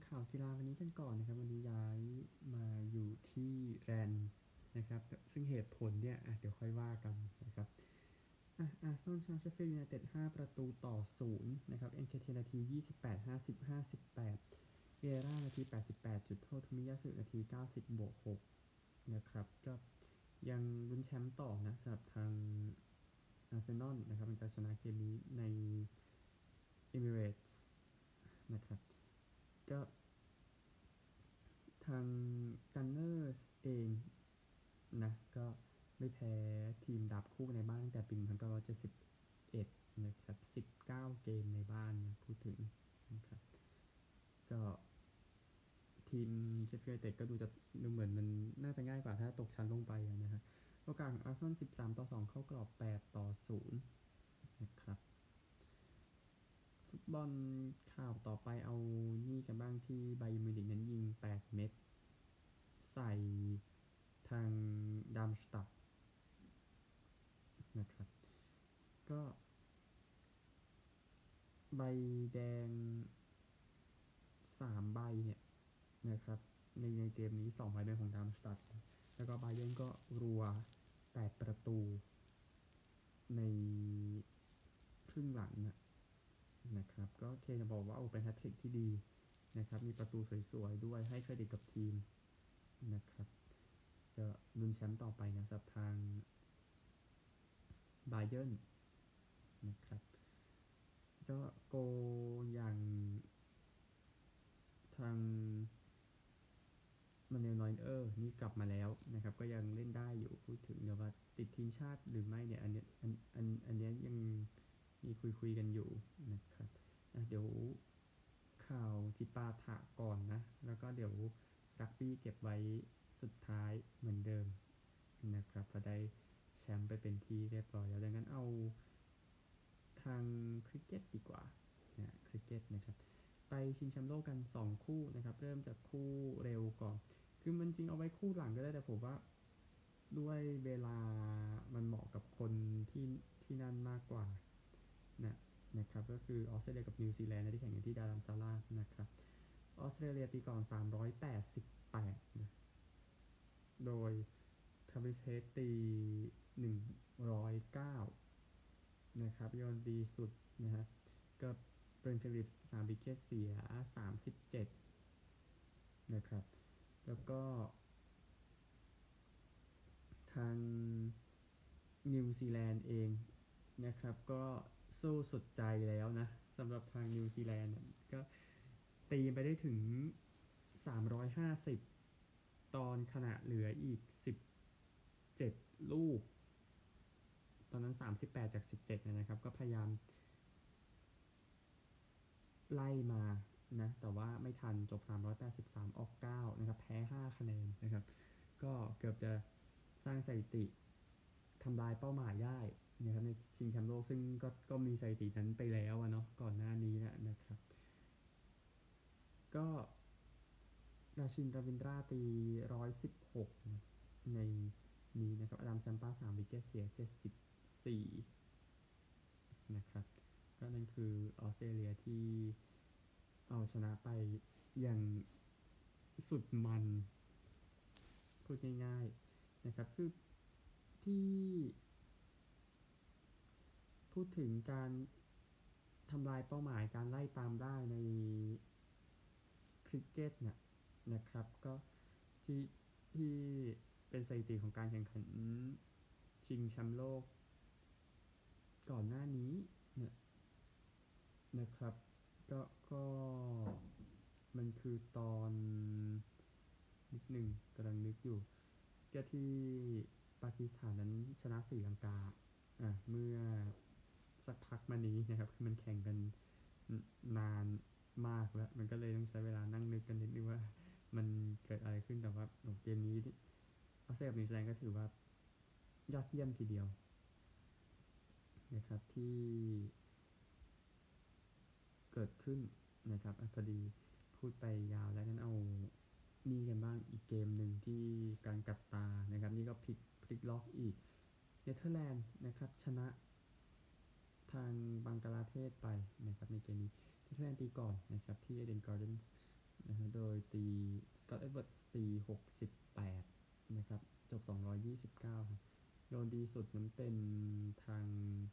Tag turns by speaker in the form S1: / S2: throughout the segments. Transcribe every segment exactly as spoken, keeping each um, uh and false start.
S1: ข่าวกีฬาวันนี้กันก่อนนะครับวันนี้ย้ายมาอยู่ที่แรนนะครับซึ่งเหตุผลเนี่ยอ่ะเดี๋ยวค่อยว่ากันนะครับอ่ะอาร์เซนอลชนะเชฟฟิลด์ยูไนเต็ดห้าประตูต่อศูนย์นะครับเอ็นเคทีนาทียี่สิบแปด ห้าสิบ ห้าสิบแปดเอร่านาทีแปดสิบแปดจุดโทษทมิยาสึนาทีเก้าสิบบวกหกนะครับก็ยังลุ้นแชมป์ต่อนะสำหรับทางอาร์เซนอลนะครับมันจะชนะเกมนี้ในเอมิเรตส์นะครับก็ทางกันเนอร์สเองนะก็ไม่แพ้ทีมดับคู่ในบ้านตั้งแต่ปีหนึ่งพันเก้าร้อยเจ็ดสิบเอ็ดนะครับสิบเก้าเกมในบ้านนะพูดถึงนะครับก็ทีมเชฟฟิลด์ยูไนเต็ดก็ดูจะดูเหมือนมันน่าจะง่ายกว่าถ้าตกชั้นลงไปนะฮะโอกาสของอาร์เซนอลสิบสามต่อสองเข้ากรอบแปดต่อศูนย์นะครับฟุตบอลข่าวต่อไปเอานี่กันบ้างที่ไบเยิร์นมิวนิกนั้นยิงแปดเม็ดใส่ทางดัมสตัดนะครับก็ใบแดงสามใบเนี่ยนะครับในในเกมนี้สองใบเป็นของดัมสตัดแล้วก็ไบเยิร์นก็รัวแปดประตูในครึ่งหลังนะนะครับก็เคจะบอกว่าโอ้เป็นแฮตทริกที่ดีนะครับมีประตูสวยๆด้วยให้เครดิตกับทีมนะครับจะลุ้นแชมป์ต่อไปนะสำหรับทางไบเยิร์นนะครับก็โกอย่างทางมาเนลนอยเออร์นี่กลับมาแล้วนะครับก็ยังเล่นได้อยู่พูดถึงเดี๋ยวว่าติดทีมชาติหรือไม่เนี่ยอันเนี้ยอันอันอันเนี้ยยังมีคุยคุยกันอยู่นะครับเดี๋ยวข่าวจิปาถะก่อนนะแล้วก็เดี๋ยวรักบี้เก็บไว้สุดท้ายเหมือนเดิมนะครับพอได้แชมป์ไปเป็นที่เรียบร้อยแล้วดังนั้นเอาทางคริกเก็ตดีกว่านะคริกเก็ตนะครับไปชิงแชมป์โลกกันสองคู่นะครับเริ่มจากคู่เร็วก่อนคือมันจริงเอาไว้คู่หลังก็ได้แต่ผมว่าด้วยเวลามันเหมาะกับคนที่ที่นั่นมากกว่านะนะครับก็คือออสเตรเลียกับนิวซีแลนด์ที่แข่งกันที่ดารัมซาลานะครับออสเตรเลียตีก่อนสามร้อยแปดสิบแปดนะโดยทาวิสเฮดตีหนึ่งร้อยเก้านะครับยอนดีสุดนะฮะก็เป็นฟิลิปสามวิกเก็ตเสียสามสิบเจ็ดนะครับแล้วก็ทางนิวซีแลนด์เองนะครับก็สู้สุดใจแล้วนะสำหรับทางนิวซีแลนด์ก็ตีไปได้ถึงสามร้อยห้าสิบตอนขณะเหลืออีกสิบเจ็ดลูกตอนนั้นสามสิบแปดจากสิบเจ็ดนะครับก็พยายามไล่มานะแต่ว่าไม่ทันจบสามร้อยแปดสิบสามออกเก้านะครับแพ้ห้าคะแนนนะครับก็เกือบจะสร้างสถิติทำลายเป้าหมายได้นะครับในชิงแชมป์โลกซึ่งก็ก็มีสถิตินั้นไปแล้วเนาะก่อนหน้านี้นะนะครับก็ราชินรวินดราตีหนึ่งร้อยสิบหกในนี้นะครับอดัมแซมป้าสามวิกเก็ตเสียเจ็ดสิบสี่นะครับก็นั่นคือออสเตรเลียที่เอาชนะไปอย่างสุดมันพูดง่ายๆนะครับคือที่พูดถึงการทำลายเป้าหมายการไล่ตามได้ในคริกเก็ตเนี่ยนะครับก็ที่ที่เป็นสถิติของการแข่งขันชิงแชมป์โลกก่อนหน้านี้เนี่ยนะครับก็ก็มันคือตอนนิดหนึ่งกำลังนึกอยู่ก็ที่ปากีสถานนั้นชนะศรีลังกาอ่ะเมื่อสักพักมานี้นะครับคือมันแข่งกันนานมากแล้วมันก็เลยต้องใช้เวลานั่งนึกกันนิดนึงว่ามันเกิดอะไรขึ้นแต่ว่าเกมนี้ออสเตรเลียกับนิวซีแลนด์ก็ถือว่ายอดเยี่ยมทีเดียวนะครับที่เกิดขึ้นนะครับพอดีพูดไปยาวแล้วงั้นเอานี่กันบ้างอีกเกมหนึ่งที่การกัดตานะครับนี่ก็พลิกพลิกล็อกอีกเนเธอร์แลนด์นะครับชนะทางบังกลาเทศไปนะครับในเกมนี้เนเธอร์แลนด์ตีก่อนนะครับที่เอเดนการ์เดนส์นะฮะโดยตีสกอตต์เอ็ดเวิร์ดตีหกสิบแปดนะครับจบสองร้อยยี่สิบเก้าครับโดนดีสุดนั้นเป็นทาง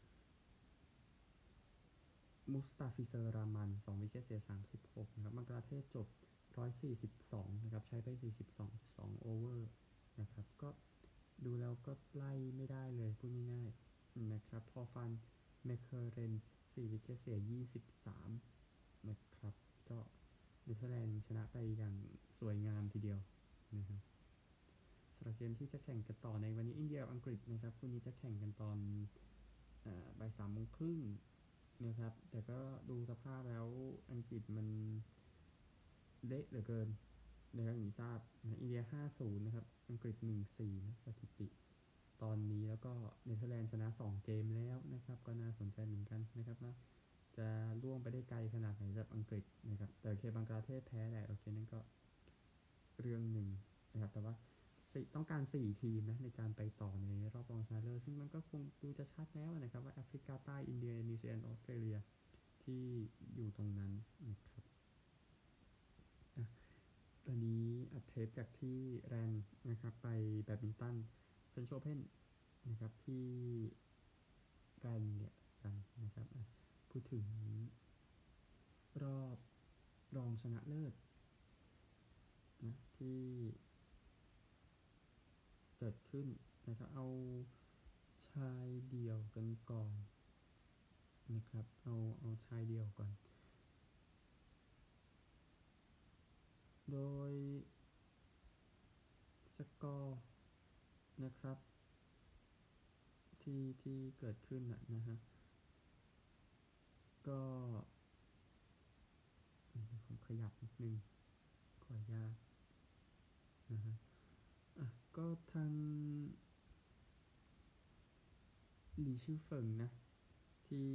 S1: มุสตาฟิเซอร์รามันสองวิกเกตเสียสามสิบหกนะครับบังกลาเทศจบหนึ่งร้อยสี่สิบสองนะครับใช้ไปสี่สิบสอง สองโอเวอร์นะครับก็ดูแล้วก็ไล่ไม่ได้เลยพูดง่ายๆนะครับพอฟันแมคเคอเรนสี่วิกเกตเสียยี่สิบสามนะครับก็เนเธอร์แลนด์ชนะไปอย่างสวยงามทีเดียวนะครับสำหรับเกมที่จะแข่งกันต่อในวันนี้อินเดียกับอังกฤษนะครับคู่นี้จะแข่งกันตอนบ่ายสามโมงครึ่งนะครับแต่ก็ดูสภาพแล้วอังกฤษมันเละเหลือเกินนะครับอย่างที่ทราบนะอินเดีย ห้าศูนย์ นะครับอังกฤษ หนึ่งสี่ นะสถิติตอนนี้แล้วก็เนเธอร์แลนด์ชนะสองเกมแล้วนะครับก็น่าสนใจเหมือนกันนะครับว่าจะล่วงไปได้ไกลขนาดไหนสำหรับอังกฤษนะครับแต่โอเคบังกลาเทศแพ้แหละโอเคนั่นก็เรื่องหนึ่งนะครับแต่ว่าต้องการสี่ทีมนะในการไปต่อในรอบรองชนะเลิศซึ่งมันก็คงดูจะชัดแล้วนะครับว่าแอฟริกาใต้อินเดียนิวซีแลนด์ออสเตรเลียที่อยู่ตรงนั้นนะครับตอนนี้อัดเทปจากที่แรนนะครับไปแบดมินตันเฟรนช์โอเพ่นนะครับที่แรนเนี่ยกันนะครับพูดถึงรอบรองชนะเลิศนะที่เกิดขึ้นนะครับเอาชายเดี่ยวกันก่อนนะครับเอาเอาชายเดี่ยวก่อนโดยสกอร์นะครับที่ที่เกิดขึ้นนะนะฮะก็ผมขยับนิดนึงขออนุญาตนะฮะอ่ะก็ทางหลีชื่อเฟิงนะที่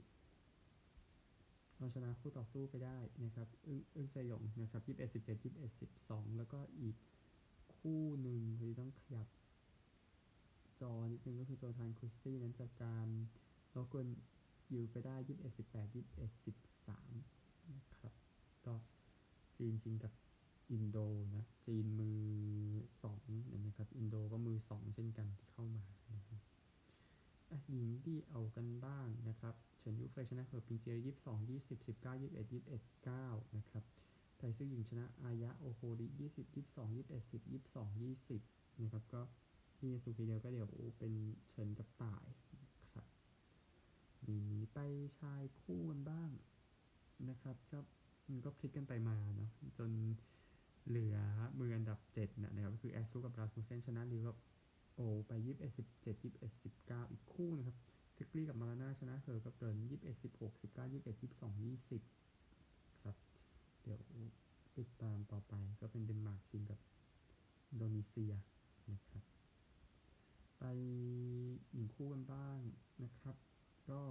S1: เอาชนะคู่ต่อสู้ไปได้นะครับอึ้งอึ้งไซหยงนะครับยี่สิบเอ็ด สิบเจ็ด ยี่สิบเอ็ด สิบสองแล้วก็อีกคู่หนึ่งที่ต้องขยับจอนิดนึงก็คือโจทานคริสตี้นั้นจากการล็อกกวนยิวไปได้ยี่สิบเอ็ด สิบแปด ยี่สิบเอ็ด สิบสามนะครับก็จีนชิงกับอินโดนะจีนมือสองนะครับอินโดก็มือสองเช่นกันที่เข้ามานะครับหญิงดีเอากันบ้างนะครับเฉินยูเฟยชนะเหอปิงเจียยี่สิบสอง ยี่สิบ สิบเก้า ยี่สิบเอ็ด ยี่สิบเอ็ด เก้านะครับไทซื่อหญิงชนะอายะโอโฮริยี่สิบ ยี่สิบสอง ยี่สิบเอ็ด สิบ ยี่สิบสอง ยี่สิบนะครับก็ที่สุพีเดียวก็เดี๋ยวเป็นเฉินกับต่ายครับหนีไปชายคู่กันบ้างนะครับก็มันก็พลิกกันไปมาเนาะจนเหลือมืออันดับเจ็ดนะนะครับก็คือแอสซูกับราสมุเซนชนะลิวกับโอไปยี่สิบเอ็ด สิบเจ็ด ยี่สิบเอ็ด สิบเก้าอีกคู่นะครับทิกลี่กับมาราน่าชนะเธอกับเดินยี่สิบเอ็ด สิบหก สิบเก้า ยี่สิบเอ็ด ยี่สิบสอง ยี่สิบครับเดี๋ยวติดตามต่อไปก็เป็นเดนมาร์กชิงกับอินโดนีเซียนะครับไปหญิงคู่กันบ้างนะครับก็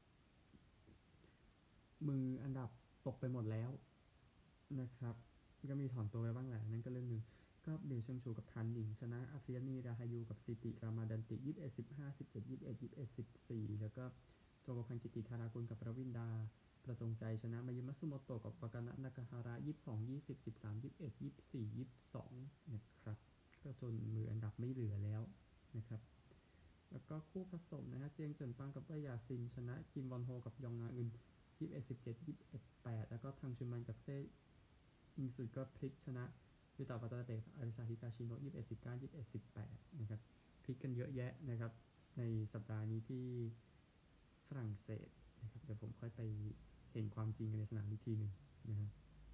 S1: มืออันดับตกไปหมดแล้วนะครับก็มีถอนตัวไปบ้างแหละนั่นก็เรื่องหนึ่งก็เบียร์เชิงชูกับทันหญิงชนะอาฟริยานีราฮายูกับซิติรามาดันติยี่สิบเอ็ด สิบห้า สิบเจ็ด ยี่สิบเอ็ด ยี่สิบเอ็ด สิบสี่แล้วก็โจโกพันกิติธารากุลกับประวินดาประจงใจชนะมายุมัตสึโมโตะกับวากานะนากาฮาระยี่สิบสอง ยี่สิบ สิบสาม ยี่สิบเอ็ด ยี่สิบสี่ ยี่สิบสองนะครับก็จนมืออันดับไม่เหลือแล้วนะครับแล้วก็คู่ผสมนะฮะเจียงเจินปังกับเว่ยหยาซินชนะคิมวอนโฮกับยองอาอึนยี่สิบเอ็ด สิบเจ็ด ยี่สิบเอ็ด แปดแล้วก็ทางชุนมันกับเซยิงสุดก็พลิกชนะยูตาวัตาเตะอาริซาฮิกาชิโนะยี่สิบเอ็ด สิบเก้า ยี่สิบเอ็ด สิบแปดนะครับพลิกกันเยอะแยะนะครับในสัปดาห์นี้ที่ฝรั่งเศสนะครับเดี๋ยวผมค่อยไปเห็นความจริงกันในสนามอีกทีหนึ่งนะครับ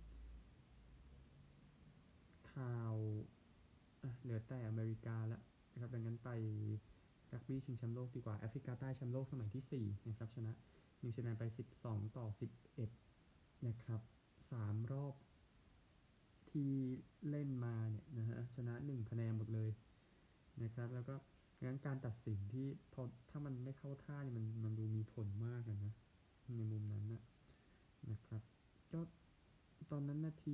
S1: ข่าวเหลือแต่อเมริกาแล้วนะครับดังนั้นไปรักบี้ชิงแชมป์โลกดีกว่าแอฟริกาใต้แชมป์โลกสมัยที่สี่นะครับชนะนิวซีแลนด์ไปสิบสองต่อสิบเอ็ดนะครับสามรอบที่เล่นมาเนี่ยนะฮะชนะหนึ่งคะแนนหมดเลยนะครับแล้วก็งั้นการตัดสินที่พอถ้ามันไม่เข้าท่านี่มันมันดูมีผลมากนะในมุมนั้นนะนะครับก็ตอนนั้นนาที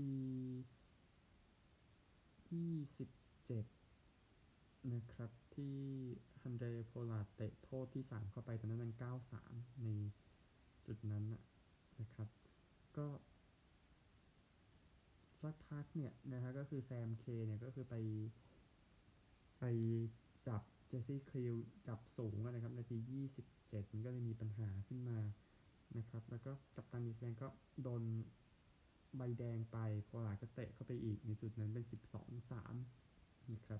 S1: ยี่สิบเจ็ดนะครับที่ฮันเดรโพลาร์ดเตะโทษที่สามเข้าไปตอนนั้นมันเก้าสามในจุดนั้นนะนะครับก็สสักพักเนี่ยนะครับก็คือแซมเคเนี่ยก็คือไปไปจับเจสซี่คริลจับสูงนะครับนาทียี่สิบเจ็ดมันก็เลยมีปัญหาขึ้นมานะครับแล้วก็กัปตันนิวซีแลนด์ก็โดนใบแดงไปพอหลาก็เตะเข้าไปอีกในจุดนั้นเป็นสิบสองสามนะครับ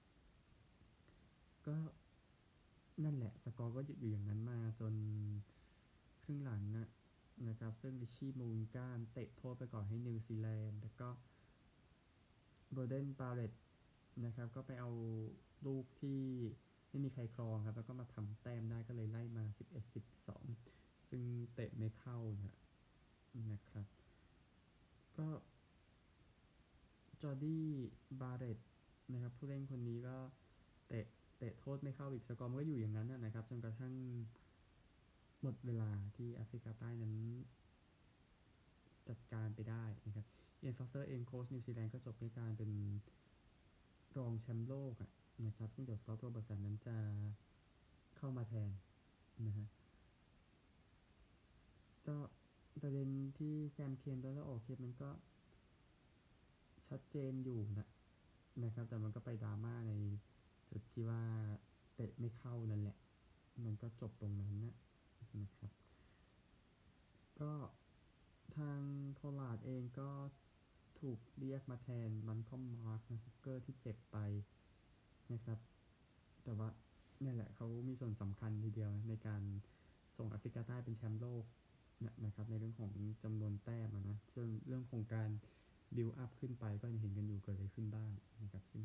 S1: ก็นั่นแหละสกอร์ก็อยู่อย่างนั้นมาจนครึ่งหลังนะนะครับซึ่งริชชี่มูลกานเตะโทษไปก่อนให้นิวซีแลนด์แล้วก็โบเดนบาเรตนะครับก็ไปเอาลูกที่ไม่มีใครครองครับแล้วก็มาทำแต้มได้ก็เลยไล่มาสิบเอ็ด สิบสองซึ่งเตะไม่เข้านะนะครับก็จอร์ดี้บาเรตนะครับผู้เล่นคนนี้ก็เตะเตะโทษไม่เข้าอีกสกอร์มันก็อยู่อย่างนั้นนะครับจนกระทั่งหมดเวลาที่แอฟริกาใต้นั้นจัดการไปได้นะครับเอียนฟอสเตอร์เองโค้ชนิวซีแลนด์ก็จบด้วยการเป็นรองแชมป์โลกนะครับซึ่งเดี๋ยวสกอตต์โรเบิร์ตสันนั้นจะเข้ามาแทนนะฮะก็ประเด็นที่แซมเคนโดนแล้วออกเคสมันก็ชัดเจนอยู่นะนะครับแต่มันก็ไปดราม่าในจุดที่ว่าเตะไม่เข้านั่นแหละมันก็จบตรงนั้นนะนะครับก็ทางโพลาร์ดเองก็ถูกเรียกมาแทนมันคอมมาร์คนะฮุกเกอร์ที่เจ็บไปนะครับแต่ว่านี่แหละเขามีส่วนสำคัญทีเดียวในการส่งแอฟริกาใต้เป็นแชมป์โลกนะครับในเรื่องของจำนวนแต้มนะส่วนเรื่องของการบิลอัพขึ้นไปก็ยังเห็นกันอยู่เกิดอะไรขึ้นบ้างนะครับซึ่ง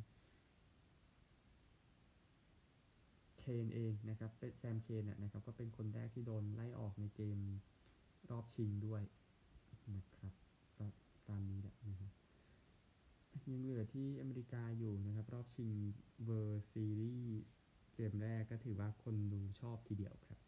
S1: เคนเองนะครับเป็นแซมเคนนะครับก็เป็นคนแรกที่โดนไล่ออกในเกมรอบชิงด้วยนะครับก็ตามนี้แหละนะครับยังเหลือที่อเมริกาอยู่นะครับรอบชิงเวิลด์ซีรีส์เกมแรกก็ถือว่าคนดูชอบทีเดียวครับ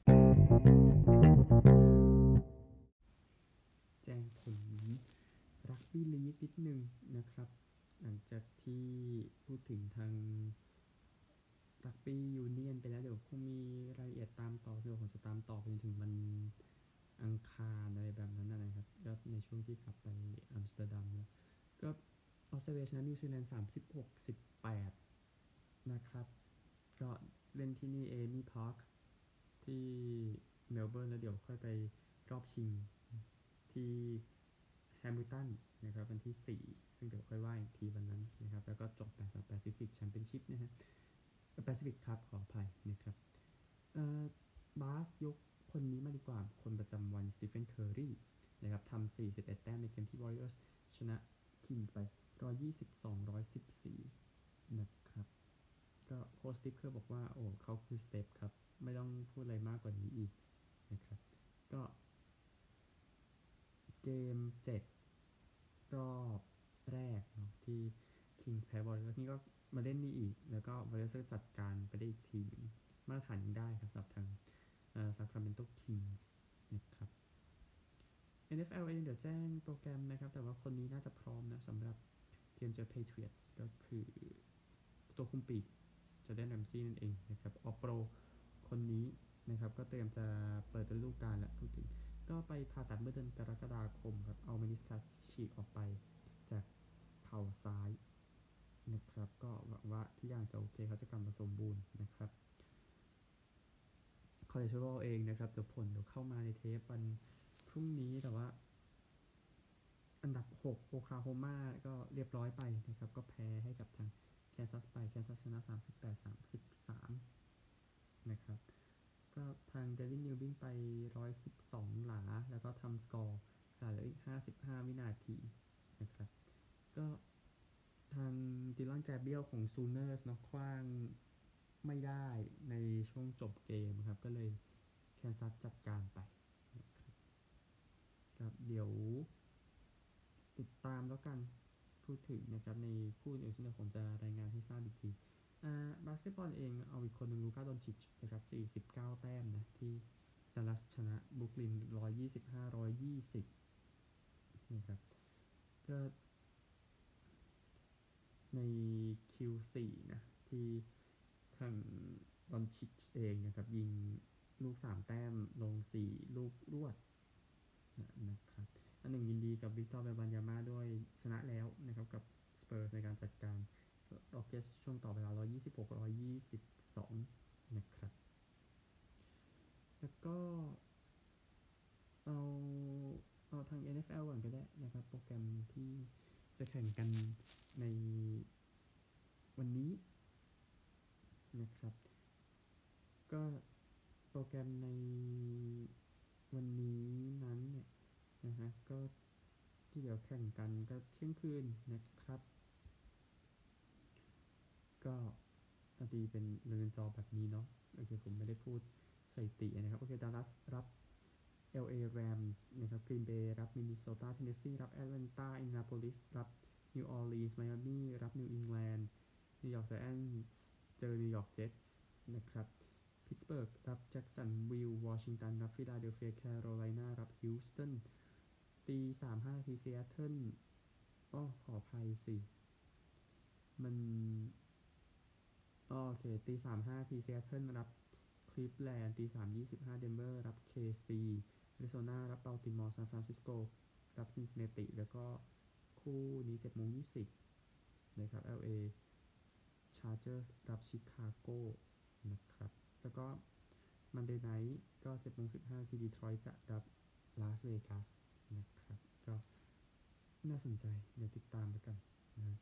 S1: แจ้งผลรักบี้ลีกนิดนึงนะครับหลังจากที่พูดถึงทางรักบี้ยูเนียนไปแล้วเดี๋ยวคงมีรายละเอียดตามต่อเดี๋ยวผมจะตามต่อไปจนถึงมันอังคารอะไรแบบนั้นนะครับก็ในช่วงที่กลับไปอัมสเตอร์ดัมแล้วก็ออสเตรเลียชนะนิวซีแลนด์สามสิบหก สิบแปดนะครับก็เล่นที่นี่เอมี่พาร์คที่เมลเบิร์นแล้วเดี๋ยวค่อยไปรอบชิงที่แฮมิลตันนะครับวันที่สี่ซึ่งเดี๋ยวค่อยว่าอีกทีวันนั้นนะครับแล้วก็จบไปสำหรับแปซิฟิกแชมเปี้ยนชิพนะฮะแปซิฟิกครับขออภัยนะครับเอ่อบาสยกคนนี้มาดีกว่าคนประจำวันสตีเฟนเคอร์รีนะครับทำสี่สิบเอ็ดแต้มในเกมที่ Warriors ชนะคิงส์ไปหนึ่งร้อยยี่สิบ สองร้อยสิบสี่นะครับก็โค้ชสตีฟเคอร์บอกว่าโอ้เขาคือสเตปครับไม่ต้องพูดอะไรมากกว่านี้อีกนะครับก็เกมเจ็ดรอบแรกเนาะที่ Kings แพ้ Warriors นี่ก็มาเล่นนี่อีกแล้วก็ Warriors จัดการไปได้อีกทีมาตรฐานยังได้ครับสำหรับทางซาคราเมนโต Kings นะครับ เอ็น เอฟ แอล เองเดี๋ยวแจ้งโปรแกรมนะครับแต่ว่าคนนี้น่าจะพร้อมนะสำหรับเกมเจอ Patriots ก็คือตัวคุมปีกจะได้แรมซี่นั่นเองนะครับออโปรคนนี้นะครับก็เตรียมจะเปิดฤดูกาลแล้วพูดถึงก็ไปผ่าตัดเมื่อเดือนกรกฎาคมครับเอาเมนิสคัสฉีกออกไปจากเข่าซ้ายนะครับก็หวังว่าทุกอย่างจะโอเคเขาจะกลับมาสมบูรณ์นะครับคอเลสเตอรอลเองนะครับเดี๋ยวผลเดี๋ยวเข้ามาในเทปวันพรุ่งนี้แต่ว่าอันดับหกโอคลาโฮมาก็เรียบร้อยไปนะครับก็แพ้ให้กับทางแคนซัสไปแคนซัสชนะสามสิบแปด สามสิบสามนะครับก็ทางเดวินนิวบินไปหนึ่งร้อยสิบสองหลาแล้วก็ทำสกอร์ขาดเหลืออีกห้าสิบห้าวินาทีนะครับก็ทางดิลอนแกรเบียลของซูเนอร์สเนาะคว้างไม่ได้ในช่วงจบเกมครับก็เลยแคนซัสจัดการไปนะครับครับเดี๋ยวติดตามแล้วกันพูดถึงนะครับในคู่อื่นซึ่งเดี๋ยวผมจะรายงานให้ทราบอีกทีอ่าบาสเกตบอลเองเอาอีกคนหนึ่งลูก้าดอนชิชนะครับสี่สิบเก้าแต้มนะที่ดัลลัสชนะบรุกลินหนึ่งร้อยยี่สิบห้า หนึ่งร้อยยี่สิบนะครับก็ใน คิว โฟร์ นะที่ทางดอนชิชเองนะครับยิงลูกสามแต้มลงสี่ลูกรวดนะครับอันหนึ่งยินดีกับวิกตอร์เบลบันยาม่าด้วยชนะแล้วนะครับกับสเปอร์สในการจัดการร็อกเก็ตช่วงต่อเวลาหนึ่งร้อยยี่สิบหก หนึ่งร้อยยี่สิบสองนะครับแล้วก็เอาเอาทาง เอ็น เอฟ แอล ก่อนก็ได้นะครับโปรแกรมที่จะแข่งกันในวันนี้นะครับก็โปรแกรมในวันนี้นั้นเนี่ยนะฮะก็ที่เดี๋ยวแข่งกันก็เที่ยงคืนนะครับก็พอดีเป็นเรือนจอแบบนี้เนาะโอเคผมไม่ได้พูดสถิตินะครับโอเคดัลลัสรับ แอล เอ Rams นะครับ Green Bay รับ Minnesota Tennessee รับ Atlanta Indianapolis รับ New Orleans Miami รับ New England New York Giants เจอ New York Jets นะครับ Pittsburgh รับ Jacksonville Washington รับ Philadelphia Carolina รับ Houston ตีสามห้านาที Seattle อ้อขออภัยสิมันอ้อโอเคตีสามห้านาที Seattle รับ Cleveland ตีสามยี่สิบห้า Denver รับ เค ซี Arizona รับ Baltimore San Francisco รับ Cincinnati แล้วก็คู่นี้เจ็ดโมงยี่สิบนะครับ แอล เอ Chargers รับ Chicago นะครับแล้วก็ Monday Night ก็เจ็ดโมงสิบห้านาที Detroit จะรับ Las Vegas นะครับก็น่าสนใจเดี๋ยวติดตามแล้วกันนะ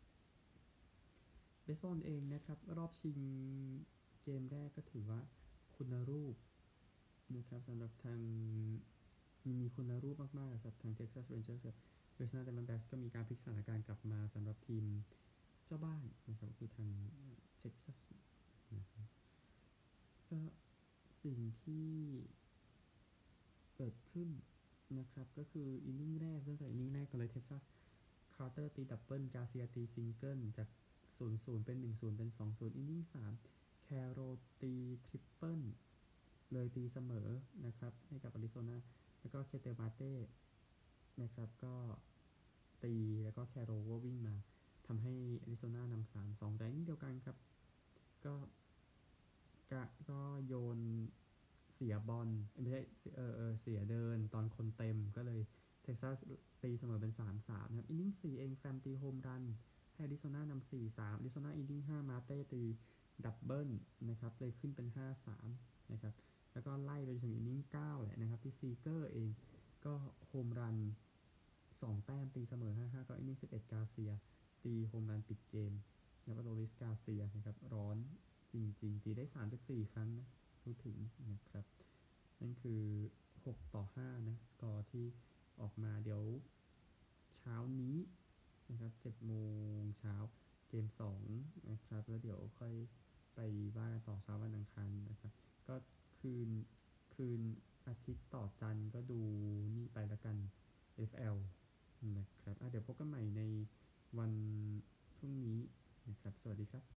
S1: เบสบอลเองนะครับรอบชิงเกมแรกก็ถือว่าคุณรูปนะครับสำหรับทางมีมีคุณรูปมากๆสำหรับทาง Texas Rangers กับ Arizona Diamondbacks ก็มีการพลิกสถานการณ์กลับมาสำหรับทีมเจ้าบ้านนะครับคือทาง Texas นะครับก็สิ่งที่เกิดขึ้นนะครับก็คืออินนิ่งแรกเริ่มจากอินนิ่งแรกกันเลย Texas คาร์เตอร์ตีดับเบิลกาเซียตีซิงเกิลจากศูนย์ ศูนย์เป็นหนึ่ง ศูนย์เป็นสอง ศูนย์อินนิ่งสามแคโรตีทริปเปิลเลยตีเสมอนะครับให้กับอาริโซนาแล้วก็เคเตลมาเต้นะครับก็ตีแล้วก็แคโรก็วิ่งมาทำให้อาริโซนานำสามสองแต่นี่เดียวกันครับก็กะก็โยนเสียบอลไม่ใช่เออเออเสียเดินตอนคนเต็มก็เลยเท็กซัสตีเสมอเป็นสามสามนะครับอินนิ่งสี่เองแฟมตีโฮมรันให้อาริโซนานำสี่สามอาริโซนาอินนิ่งห้ามาเต้ตีดับเบิลนะครับเลยขึ้นเป็นห้าสามนะครับแล้วก็ไล่ไปถึงอินนิ่งเก้าแหละนะครับที่ซีเกอร์เองก็โฮมรันสองแต้มตีเสมอห้าห้าก็อินนิ่งสิบเอ็ดกาเซียตีโฮมรันปิดเกมแล้วก็โรลิสกาเซียนะครับร้อนจริงๆตีได้สามจากสี่ครั้งนะพูดถึงนะครับนั่นคือหกต่อห้านะสกอร์ที่ออกมาเดี๋ยวเช้านี้นะครับเจ็ดโมงเช้าเกมสองนะครับแล้วเดี๋ยวค่อยไปว่ากันต่อเช้าวันอังคารนะครับก็คืนคืนอาทิตย์ต่อจันทร์ก็ดูนี่ไปแล้วกัน เอฟ แอล นะครับอ่ะเดี๋ยวพบกันใหม่ในวันพรุ่งนี้นะครับสวัสดีครับ